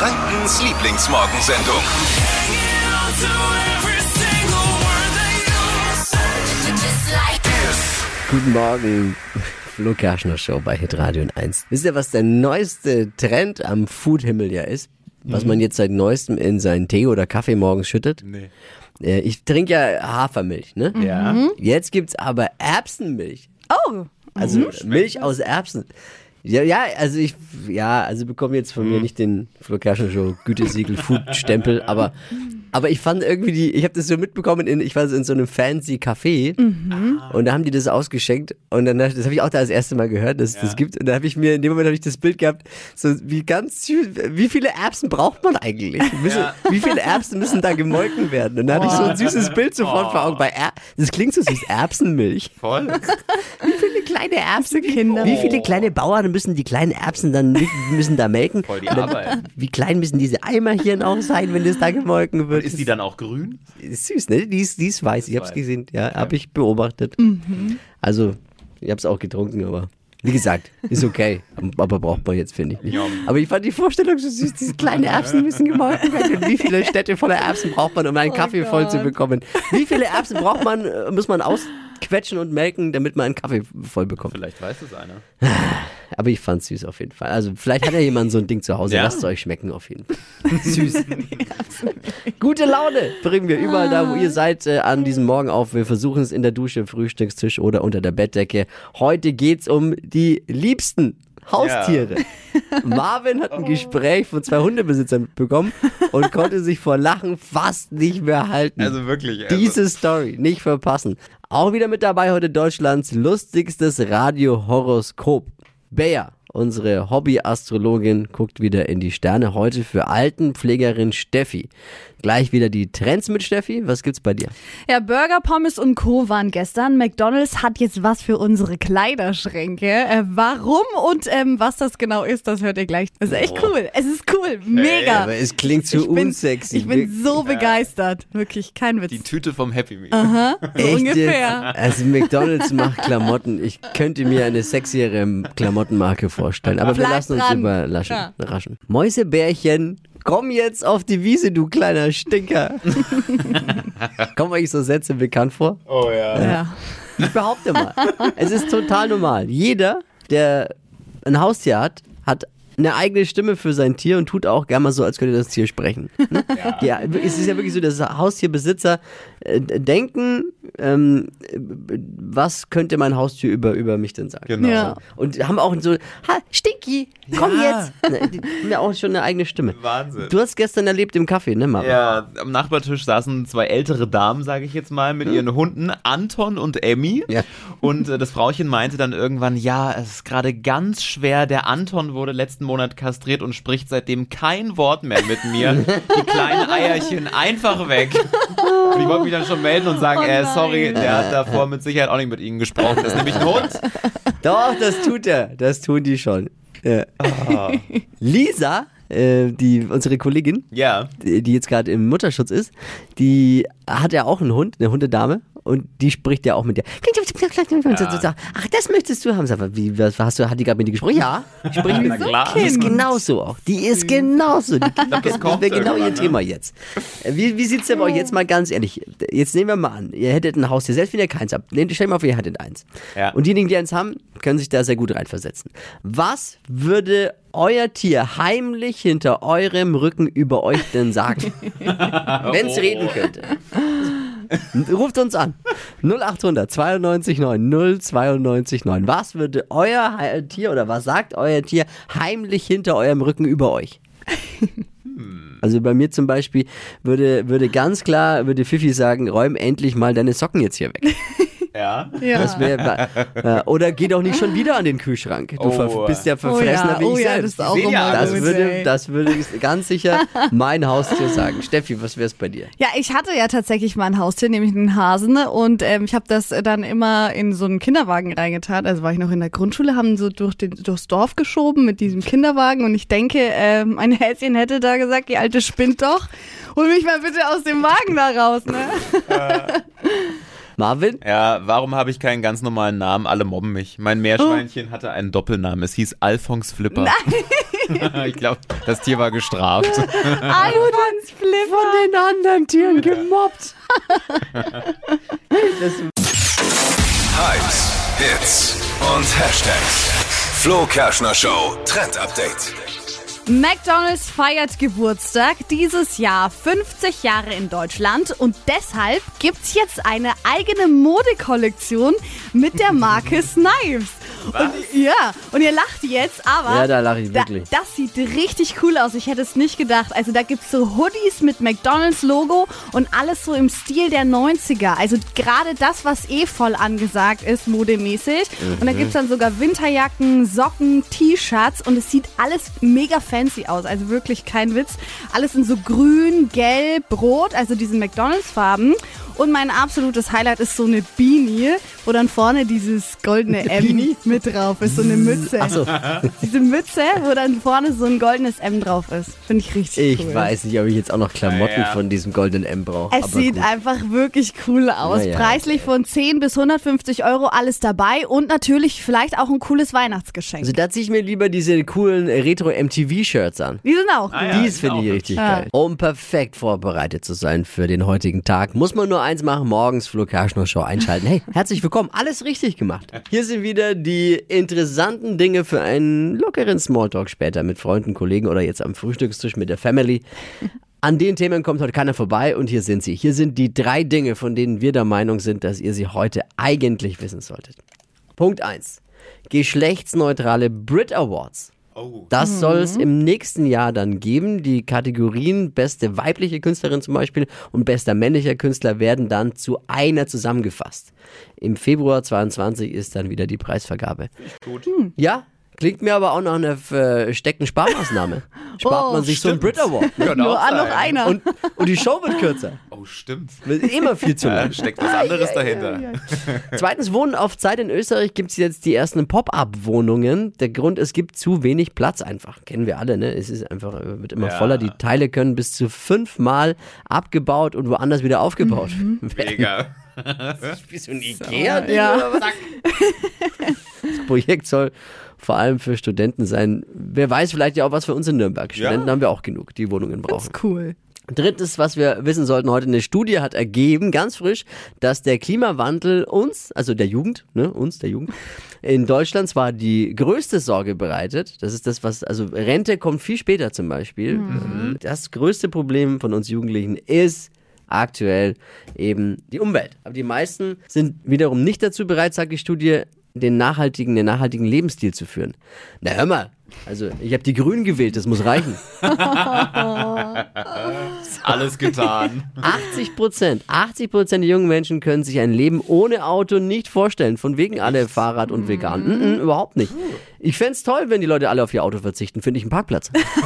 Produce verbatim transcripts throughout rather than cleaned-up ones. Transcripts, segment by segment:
Frankens Lieblingsmorgensendung. Guten Morgen, Flo Kerschner Show bei Hitradio eins. Wisst ihr, was der neueste Trend am Foodhimmel ja ist? Was man jetzt seit neuestem in seinen Tee oder Kaffee morgens schüttet? Nee. Äh, Ich trinke ja Hafermilch, ne? Ja. Jetzt gibt's aber Erbsenmilch. Oh, Also Milch aus Erbsen. Ja, ja, also ich, ja, also bekomme jetzt von mir nicht den Flo Kerschner Show Gütesiegel Food Stempel, aber, aber ich fand irgendwie die, ich habe das so mitbekommen, in, ich war so in so einem fancy Café und da haben die das ausgeschenkt und dann, das habe ich auch da das erste Mal gehört, dass es das gibt und da habe ich mir, in dem Moment habe ich das Bild gehabt, so wie ganz, süß, wie viele Erbsen braucht man eigentlich? Müssen, Ja. Wie viele Erbsen müssen da gemolken werden? Und da hatte ich so ein süßes Bild sofort vor Augen bei er, das klingt so süß, Erbsenmilch. Voll. Wie viele kleine Erbsen, Kinder. Wie viele kleine Bauern müssen die kleinen Erbsen dann wie- müssen da melken? Voll die Und dann, Arbeit. wie klein müssen diese Eimerchen auch sein, wenn das da gemolken wird? Ist die dann auch grün? Ist süß, ne? Die ist, die ist weiß. Ich hab's weiß. gesehen. Ja, hab ich beobachtet. Also, ich hab's auch getrunken, aber wie gesagt, ist okay. Aber braucht man jetzt, finde ich nicht. Ja. Aber ich fand die Vorstellung so süß. Diese kleinen Erbsen müssen gemolken werden. Und wie viele Städte voller Erbsen braucht man, um einen Kaffee voll zu bekommen? Wie viele Erbsen braucht man, äh, muss man ausquetschen und melken, damit man einen Kaffee voll bekommt? Vielleicht weiß es einer. Aber ich fand's süß auf jeden Fall. Also vielleicht hat ja jemand so ein Ding zu Hause. Ja. Lasst es euch schmecken auf jeden Fall. Süß. Gute Laune bringen wir überall da, wo ihr seid, äh, an diesem Morgen auf. Wir versuchen es in der Dusche, im Frühstückstisch oder unter der Bettdecke. Heute geht's um die liebsten Haustiere. Marvin hat ein Gespräch von zwei Hundebesitzern mitbekommen und konnte sich vor Lachen fast nicht mehr halten. Also wirklich. Also, Diese Story nicht verpassen. Auch wieder mit dabei heute Deutschlands lustigstes Radiohoroskop. Bea, unsere Hobby-Astrologin, guckt wieder in die Sterne. Heute für Altenpflegerin Steffi. Gleich wieder die Trends mit Steffi. Was gibt's bei dir? Ja, Burger, Pommes und Co. waren gestern. McDonald's hat jetzt was für unsere Kleiderschränke. Äh, warum und ähm, was das genau ist, das hört ihr gleich. Das ist echt cool. Es ist cool. Mega. Aber es klingt zu ich bin, unsexy. Ich bin so begeistert. Wirklich, kein Witz. die Tüte vom Happy Meal. so Echt ungefähr. jetzt? Also McDonald's macht Klamotten. Ich könnte mir eine sexiere Klamottenmarke vorstellen. Aber wir Bleib lassen uns dran. überraschen. Ja. Überraschen. Mäusebärchen, komm jetzt auf die Wiese, du kleiner Stinker. Kommen euch so Sätze bekannt vor? Oh ja. Ja. Ich behaupte mal, es ist total normal. Jeder, der ein Haustier hat, hat eine eigene Stimme für sein Tier und tut auch gerne mal so, als könnte das Tier sprechen. Ne? Ja. Es ist ja wirklich so, dass Haustierbesitzer äh, denken, ähm, was könnte mein Haustier über, über mich denn sagen? Genau. Ja. Und haben auch so, ha, Stinky, komm Ja. jetzt. Ne, Die haben ja auch schon eine eigene Stimme. Wahnsinn. Du hast gestern erlebt im Café, ne, Mama? Ja, am Nachbartisch saßen zwei ältere Damen, sage ich jetzt mal, mit ihren Hunden, Anton und Emmy. Ja. Und äh, das Frauchen meinte dann irgendwann, ja, es ist gerade ganz schwer. Der Anton wurde letzten Monat kastriert und spricht seitdem kein Wort mehr mit mir. Die kleinen Eierchen einfach weg. Und ich wollte mich dann schon melden und sagen, Oh äh, nein. sorry, der hat davor mit Sicherheit auch nicht mit Ihnen gesprochen. Das ist nämlich ein Hund. Doch, das tut er. Das tun die schon. Ja. Lisa, äh, die, unsere Kollegin, Ja. die die jetzt gerade im Mutterschutz ist, die hat ja auch einen Hund, eine Hundedame. Und die spricht ja auch mit dir. Ach, das möchtest du haben. Sag mal, wie, was hast du, hat die gerade mit dir gesprochen? Ja, ich spreche mit Na klar. Die ist genauso auch. Die ist genauso. Die, das das kommt wäre genau ihr irgendwann, ne? Thema jetzt. Äh, Wie, wie sieht's denn bei euch jetzt mal ganz ehrlich? Jetzt nehmen wir mal an, ihr hättet ein Haustier, selbst wenn ihr keins habt. Nehmt, stell mal vor, ihr hättet eins. Ja. Und diejenigen, die eins haben, können sich da sehr gut reinversetzen. Was würde euer Tier heimlich hinter eurem Rücken über euch denn sagen? Wenn es reden könnte. Ruft uns an. null achthundert zweiundneunzig neun null zweiundneunzig neun. Was würde euer He- Tier oder was sagt euer Tier heimlich hinter eurem Rücken über euch? Also bei mir zum Beispiel würde, würde ganz klar, würde Fifi sagen, räum endlich mal deine Socken jetzt hier weg. Ja. Ja. Das wär, äh, oder geh doch nicht schon wieder an den Kühlschrank. Du Oh. ver bist ja oh verfressener ja, wie ich oh ja, das selbst. ist auch Sehen ja, immer Das gut, würde, ey. das würde ganz sicher mein Haustier sagen. Steffi, was wär's bei dir? Ja, ich hatte ja tatsächlich mal ein Haustier, nämlich einen Hasen. Und ähm, ich habe das dann immer in so einen Kinderwagen reingetan. Also war ich noch in der Grundschule, haben so durch den, durchs Dorf geschoben mit diesem Kinderwagen. Und ich denke, ähm, ein Häschen hätte da gesagt, die Alte spinnt doch. Hol mich mal bitte aus dem Wagen da raus, ne? Marvin? Ja, warum habe ich keinen ganz normalen Namen? Alle mobben mich. Mein Meerschweinchen hatte einen Doppelnamen. Es hieß Alphons Flipper. Nein. Ich glaube, das Tier war gestraft. Alphons Flipper. Von den anderen Tieren gemobbt. Hypes, Hits und Hashtags. Flo Kerschner Show Trend Update. McDonald's feiert Geburtstag dieses Jahr, fünfzig Jahre in Deutschland und deshalb gibt's jetzt eine eigene Modekollektion mit der Marke Snipes. Und, ja, und ihr lacht jetzt, aber Ja, da lache ich wirklich. Da, das sieht richtig cool aus. Ich hätte es nicht gedacht. Also da gibt's so Hoodies mit McDonald's-Logo und alles so im Stil der neunziger. Also gerade das, was eh voll angesagt ist, modemäßig. Mhm. Und da gibt's dann sogar Winterjacken, Socken, T-Shirts und es sieht alles mega fancy aus. Also wirklich kein Witz. Alles in so grün, gelb, rot, also diesen McDonald's-Farben. Und mein absolutes Highlight ist so eine Beanie, wo dann vorne dieses goldene M Beanie? mit drauf ist, so eine Mütze. Ach so. Diese Mütze, wo dann vorne so ein goldenes M drauf ist. Finde ich richtig Ich cool. weiß nicht, ob ich jetzt auch noch Klamotten Ja, ja. von diesem goldenen M brauche. Es sieht gut. einfach wirklich cool aus. Na ja, Preislich okay. von zehn bis hundertfünfzig Euro alles dabei und natürlich vielleicht auch ein cooles Weihnachtsgeschenk. Also da ziehe ich mir lieber diese coolen Retro-M T V-Shirts an. Die sind auch Ah, cool. ja. Dies finde ich auch richtig Ja. geil. Um perfekt vorbereitet zu sein für den heutigen Tag, muss man nur eins machen, morgens Flo Kerschner Show einschalten. Hey, herzlich willkommen, alles richtig gemacht. Hier sind wieder die interessanten Dinge für einen lockeren Smalltalk später mit Freunden, Kollegen oder jetzt am Frühstückstisch mit der Family. An den Themen kommt heute keiner vorbei und hier sind sie. Hier sind die drei Dinge, von denen wir der Meinung sind, dass ihr sie heute eigentlich wissen solltet. Punkt eins. Geschlechtsneutrale Brit Awards. Oh. Das soll es im nächsten Jahr dann geben. Die Kategorien beste weibliche Künstlerin zum Beispiel und bester männlicher Künstler werden dann zu einer zusammengefasst. Im Februar zweiundzwanzig ist dann wieder die Preisvergabe. Gut. Ja, klingt mir aber auch nach einer versteckten Sparmaßnahme. Spart Oh, man sich so einen stimmt. Brit Award. Könnte Nur auch ah, noch sein. einer. Und, und die Show wird kürzer. Oh, stimmt. Wird immer viel zu lang. Da steckt was anderes dahinter. Zweitens, Wohnen auf Zeit in Österreich gibt es jetzt die ersten Pop-Up-Wohnungen. Der Grund, es gibt zu wenig Platz einfach. Kennen wir alle, ne? Es ist einfach, wird immer Ja. voller. Die Teile können bis zu fünfmal abgebaut und woanders wieder aufgebaut werden. Mega. Wie so ein Ikea. Ja. Das Projekt soll vor allem für Studenten sein. Wer weiß, vielleicht ja auch was für uns in Nürnberg. Studenten haben wir auch genug, die Wohnungen brauchen. Cool. Drittes, was wir wissen sollten heute, eine Studie hat ergeben, ganz frisch, dass der Klimawandel uns, also der Jugend, ne, uns, der Jugend, in Deutschland zwar die größte Sorge bereitet. Das ist das, was, also Rente kommt viel später zum Beispiel. Mhm. Das größte Problem von uns Jugendlichen ist aktuell eben die Umwelt. Aber die meisten sind wiederum nicht dazu bereit, sagt die Studie, den nachhaltigen, den nachhaltigen Lebensstil zu führen. Na hör mal, also ich habe die Grünen gewählt, das muss reichen. Alles getan. achtzig Prozent, achtzig Prozent der jungen Menschen können sich ein Leben ohne Auto nicht vorstellen. Von wegen alle Fahrrad und vegan. Mm -mm, überhaupt nicht. Ich fände es toll, wenn die Leute alle auf ihr Auto verzichten. Finde ich einen Parkplatz.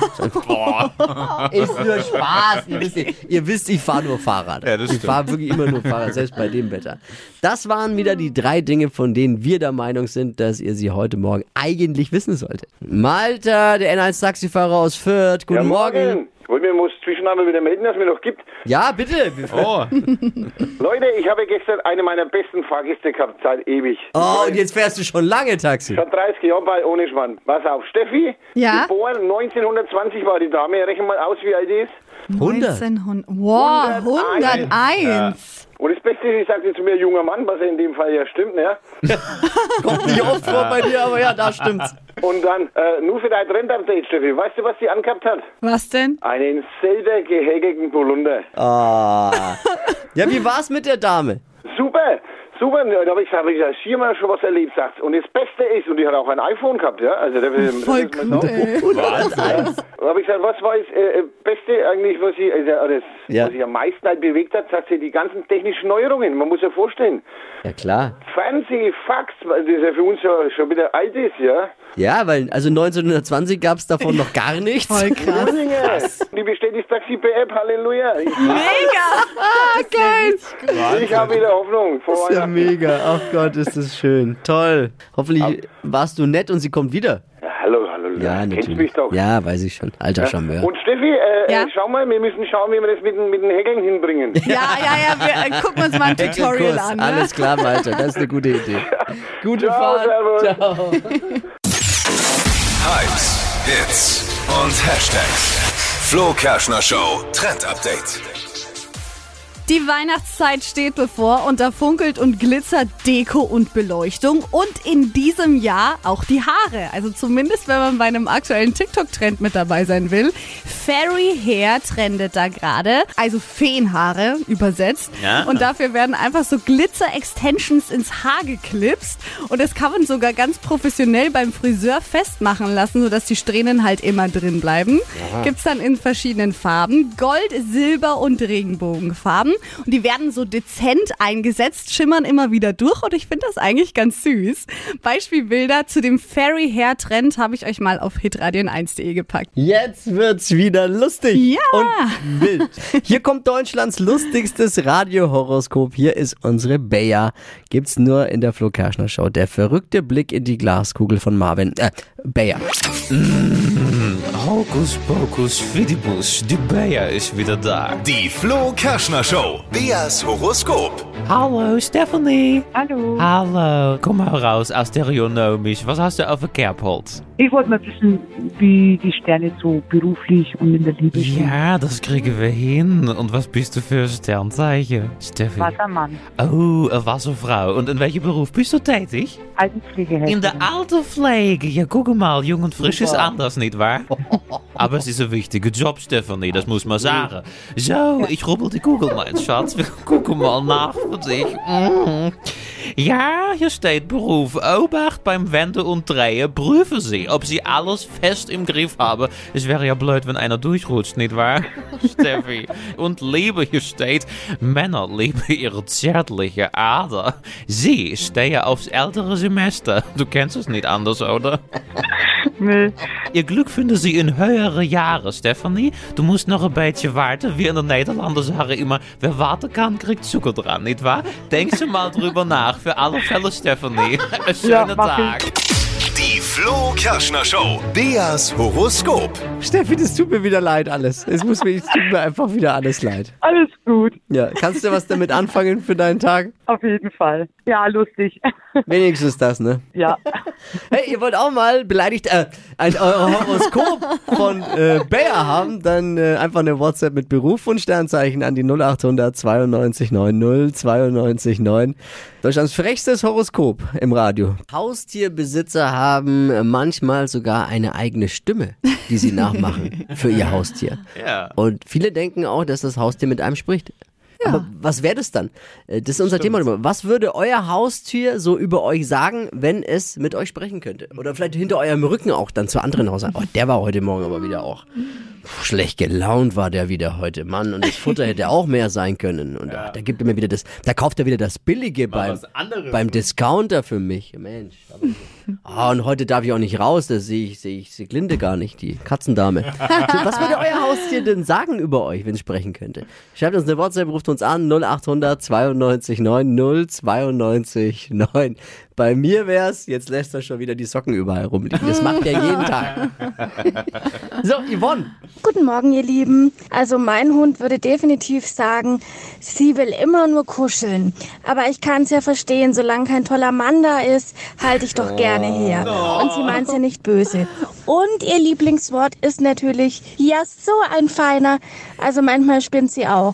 Ist nur Spaß. Ihr wisst, ihr wisst ich fahre nur Fahrrad. Ja, das ich stimmt. fahre wirklich immer nur Fahrrad, selbst bei dem Wetter. Das waren wieder die drei Dinge, von denen wir der Meinung sind, dass ihr sie heute Morgen eigentlich wissen solltet. Malta, der N eins Taxifahrer aus Fürth. Guten Ja, Morgen. Ich wollte mir muss zwischen einmal wieder melden, dass es mir noch gibt. Ja, bitte. Oh, Leute, ich habe gestern eine meiner besten Fahrgäste gehabt, seit ewig. Oh, und jetzt fährst du schon lange Taxi. Schon dreißig Jahre bei ohne Schwann. Pass auf, Steffi, Ja? geboren neunzehnhundertzwanzig war die Dame. Rechnen mal aus, wie alt die ist. hundert. neunzehnhundert. Wow, hunderteins. hunderteins. Und das Beste ist, ich sagte zu mir, junger Mann, was ja in dem Fall ja stimmt, ne? Kommt nicht oft vor bei dir, aber ja, da stimmt's. Und dann, äh, nur für dein Trend-Update, Steffi, weißt du, was die angehabt hat? Was denn? Einen selber gehäkelten Polunder. Ah. Ja, wie war's mit der Dame? Super, super. Da habe ich gesagt, ich hab hier mal schon was erlebt, sagt. Und das Beste ist, und die hat auch ein iPhone gehabt, ja? Also, das, das Voll ist mal gut, so. ey. hunderteins. Da habe ich gesagt, was war das äh, Beste eigentlich, was sie, also, das, Ja. was sie am meisten halt bewegt hat, sagt sie, die ganzen technischen Neuerungen. Man muss ja vorstellen, Ja, klar. Fernseh, Fax, weil das ja für uns ja schon wieder alt ist, ja. Ja, weil, also neunzehnhundertzwanzig gab's davon noch gar nichts. Voll krass. Junge, die bestellt das Taxi per App, Halleluja. Ich, Mega. Ah, geil. ich habe wieder Hoffnung. Vor Das ist ja Weihnachten. mega. Ach Gott, ist das schön. Toll. Hoffentlich warst du nett und sie kommt wieder. Ja, hallo, hallo, Alter. Ja, Kennst natürlich. mich doch. Ja, weiß ich schon. Alter Charmeur. Und Steffi, äh, Ja? äh, schau mal, wir müssen schauen, wie wir das mit, den- mit den Häkeln hinbringen. Ja, ja, ja, wir äh, gucken uns mal ein Tutorial Kurs. an. Ne? Alles klar, Walter. Das ist eine gute Idee. Gute Ciao, Fahrt. servus. Ciao. Hypes, Hits und Hashtags. Flo Kerschner Show Trend Update. Die Weihnachtszeit steht bevor und da funkelt und glitzert Deko und Beleuchtung und in diesem Jahr auch die Haare. Also zumindest, wenn man bei einem aktuellen TikTok-Trend mit dabei sein will. Fairy Hair trendet da gerade, also Feenhaare übersetzt. Ja. Und dafür werden einfach so Glitzer-Extensions ins Haar geklipst und das kann man sogar ganz professionell beim Friseur festmachen lassen, sodass die Strähnen halt immer drin bleiben. Gibt's dann in verschiedenen Farben, Gold, Silber und Regenbogenfarben. Und die werden so dezent eingesetzt, schimmern immer wieder durch und ich finde das eigentlich ganz süß. Beispielbilder zu dem Fairy Hair Trend habe ich euch mal auf hitradion eins punkt de gepackt. Jetzt wird's wieder lustig Ja. und wild. Hier kommt Deutschlands lustigstes Radiohoroskop. Hier ist unsere Bea. Gibt's nur in der Flo Kerschner Show. Der verrückte Blick in die Glaskugel von Marvin. Äh, Bea. Hokus Pokus Fidibus, die Bea ist wieder da. Die Flo Kerschner Show. Beas Horoskop. Hallo Stephanie. Hallo. Hallo. Komm mal raus aus Stereonomisch. Was hast du auf der Kerbholz? Ich wollte mal wissen, wie die Sterne so beruflich und in der Liebe stehen. Ja, das kriegen wir hin. Und was bist du für ein Sternzeichen, Steffi? Wassermann, Oh, eine Wasserfrau. Und in welchem Beruf bist du tätig? Altenpflegehelferin. In der Alterpflege. Ja, guck mal, jung und frisch ist anders, nicht wahr? Aber es ist ein wichtiger Job, Stephanie, das muss man sagen. So, ich rubbel die Kugel, mein Schatz. Wir gucken mal nach für dich. Mhm. Ja, hier steht Beruf. Obacht beim Wenden und Drehen. Prüfen Sie, ob Sie alles fest im Griff haben. Es wäre ja blöd, wenn einer durchrutscht, nicht wahr, Steffi? Und Liebe, hier steht, Männer lieben ihre zärtliche Ader. Sie stehen aufs ältere Semester. Du kennst es nicht anders, oder? Nee. Ihr Glück finden Sie in höhere Jahre, Stephanie. Du musst noch ein beetje warten. Wir in den Niederlanden sagen immer, wer warten kann, kriegt Zucker dran, nicht wahr? Denk Sie mal drüber nach. Für alle Fälle, Stephanie. Einen schönen Ja, mach Tag. Die Flo Kerschner Show. Beas Horoskop. Steffi, das tut mir wieder leid alles. Es muss mir, es tut mir einfach wieder alles leid. Alles gut, Ja, kannst du was damit anfangen für deinen Tag? auf jeden Fall. Ja, lustig. Wenigstens das, ne? Ja. Hey, ihr wollt auch mal beleidigt äh, ein euer Horoskop von äh, Bea haben? Dann äh, einfach eine WhatsApp mit Beruf und Sternzeichen an die null acht hundert zweiundneunzig neunzig zweiundneunzig neun. Deutschlands frechstes Horoskop im Radio. Haustierbesitzer haben manchmal sogar eine eigene Stimme, die sie nachmachen für ihr Haustier. Ja. Und viele denken auch, dass das Haustier mit einem spricht. Aber was wäre das dann? Äh, Das ist unser Thema. Was würde euer Haustier so über euch sagen, wenn es mit euch sprechen könnte? Oder vielleicht hinter eurem Rücken auch dann zu anderen Hausern. Oh, der war heute Morgen aber wieder auch Puh, schlecht gelaunt war der wieder heute, Mann. Und das Futter hätte auch mehr sein können. Und ach, da gibt er mir wieder das, da kauft er wieder das Billige beim, was anderes. beim Discounter für mich. Mensch. Aber, ah, und heute darf ich auch nicht raus, da sehe ich, sehe ich Sieglinde gar nicht, die Katzendame. Was würde euer Haustier denn sagen über euch, wenn es sprechen könnte? Schreibt uns eine WhatsApp, ruft uns an, null acht hundert zweiundneunzig neun null zweiundneunzig neun. Bei mir wär's, jetzt lässt er schon wieder die Socken überall rumliegen. Das macht er jeden Tag. So, Yvonne. Guten Morgen, ihr Lieben. Also mein Hund würde definitiv sagen, sie will immer nur kuscheln. Aber ich kann es ja verstehen, solange kein toller Mann da ist, halte ich doch gerne her. Und sie meint es ja nicht böse. Und ihr Lieblingswort ist natürlich, ja, so ein Feiner. Also manchmal spinnt sie auch.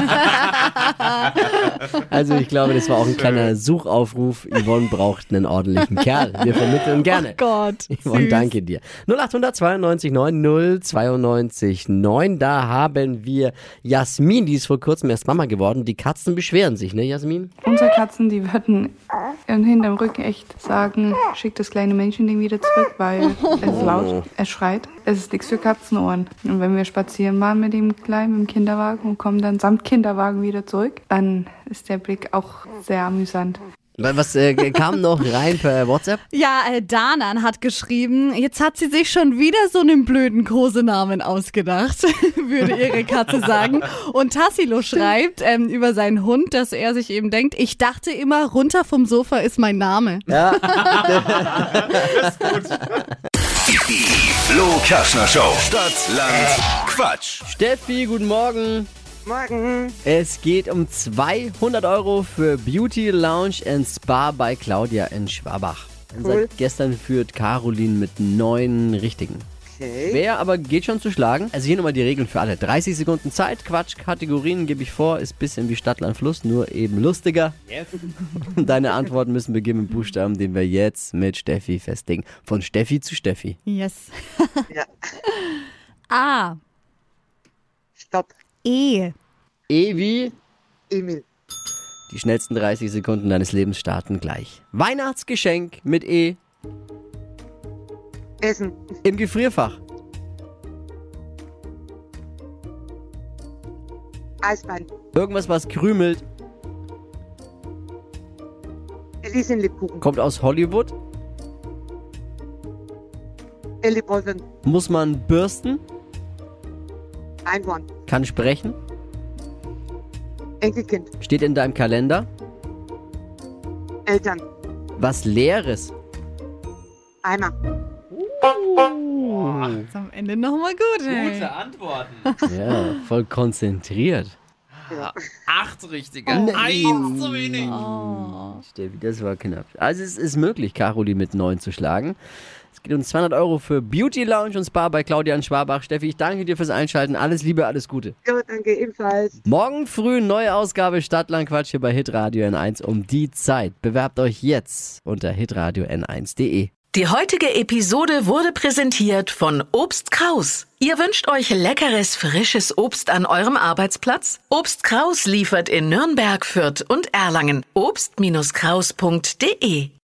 Also ich glaube, das war auch ein kleiner Suchaufruf. Yvonne braucht einen ordentlichen Kerl. Wir vermitteln gerne. Oh Gott. Yvonne, süß. danke dir. null acht hundert zweiundneunzig neun null zweiundneunzig neun. Da haben wir Jasmin, die ist vor kurzem erst Mama geworden. Die Katzen beschweren sich, ne Jasmin? Unsere Katzen, die würden hinterm Rücken echt sagen, schick das kleine Menschending wieder zurück, weil es ist laut, es schreit. Es ist nichts für Katzenohren. Und wenn wir spazieren waren mit dem Kleinen, mit dem Kinderwagen und kommen dann samt Kinderwagen wieder zurück, dann ist der Blick auch sehr amüsant. Was äh, kam noch rein per WhatsApp? Ja, äh, Danan hat geschrieben, jetzt hat sie sich schon wieder so einen blöden Kosenamen ausgedacht, würde ihre Katze sagen. Und Tassilo schreibt ähm, über seinen Hund, dass er sich eben denkt, ich dachte immer, runter vom Sofa ist mein Name. Ja. Die Flo Kerschner Show. Stadt, Land, Quatsch. Steffi, guten Morgen. Morgen. Es geht um zweihundert Euro für Beauty Lounge and Spa bei Claudia in Schwabach. Cool. Seit gestern führt Caroline mit neun Richtigen. Okay. Wer aber geht schon zu schlagen? Also hier nochmal die Regeln für alle. dreißig Sekunden Zeit, Quatsch, Kategorien gebe ich vor, ist bisschen wie Stadt, Land, Fluss, nur eben lustiger. Yes. Deine Antworten müssen beginnen mit Buchstaben, den wir jetzt mit Steffi festlegen. Von Steffi zu Steffi. Yes. Ja. A. Stopp. E. E wie? Emil. Die schnellsten dreißig Sekunden deines Lebens starten gleich. Weihnachtsgeschenk mit E. Essen. Im Gefrierfach. Eisbein. Irgendwas, was krümelt. Elisenlebkuchen. Kommt aus Hollywood. Ellibolden. Muss man bürsten. Einhorn. Kann sprechen. Enkelkind. Steht in deinem Kalender. Eltern. Was Leeres. Eimer. Ist am Ende nochmal gut, ey. Gute Antworten. Ja, voll konzentriert. Acht richtige. Nein. Eins zu wenig. Steffi, das war knapp. Also es ist möglich, Caroline mit neun zu schlagen. Es geht um zweihundert Euro für Beauty Lounge und Spa bei Claudia in Schwabach. Steffi, ich danke dir fürs Einschalten. Alles Liebe, alles Gute. Ja, danke ebenfalls. Morgen früh neue Ausgabe Stadtland Quatsch hier bei Hitradio N eins um die Zeit. Bewerbt euch jetzt unter hitradio n eins punkt de. Die heutige Episode wurde präsentiert von Obst Kraus. Ihr wünscht euch leckeres, frisches Obst an eurem Arbeitsplatz? Obst Kraus liefert in Nürnberg, Fürth und Erlangen. obst Kraus punkt de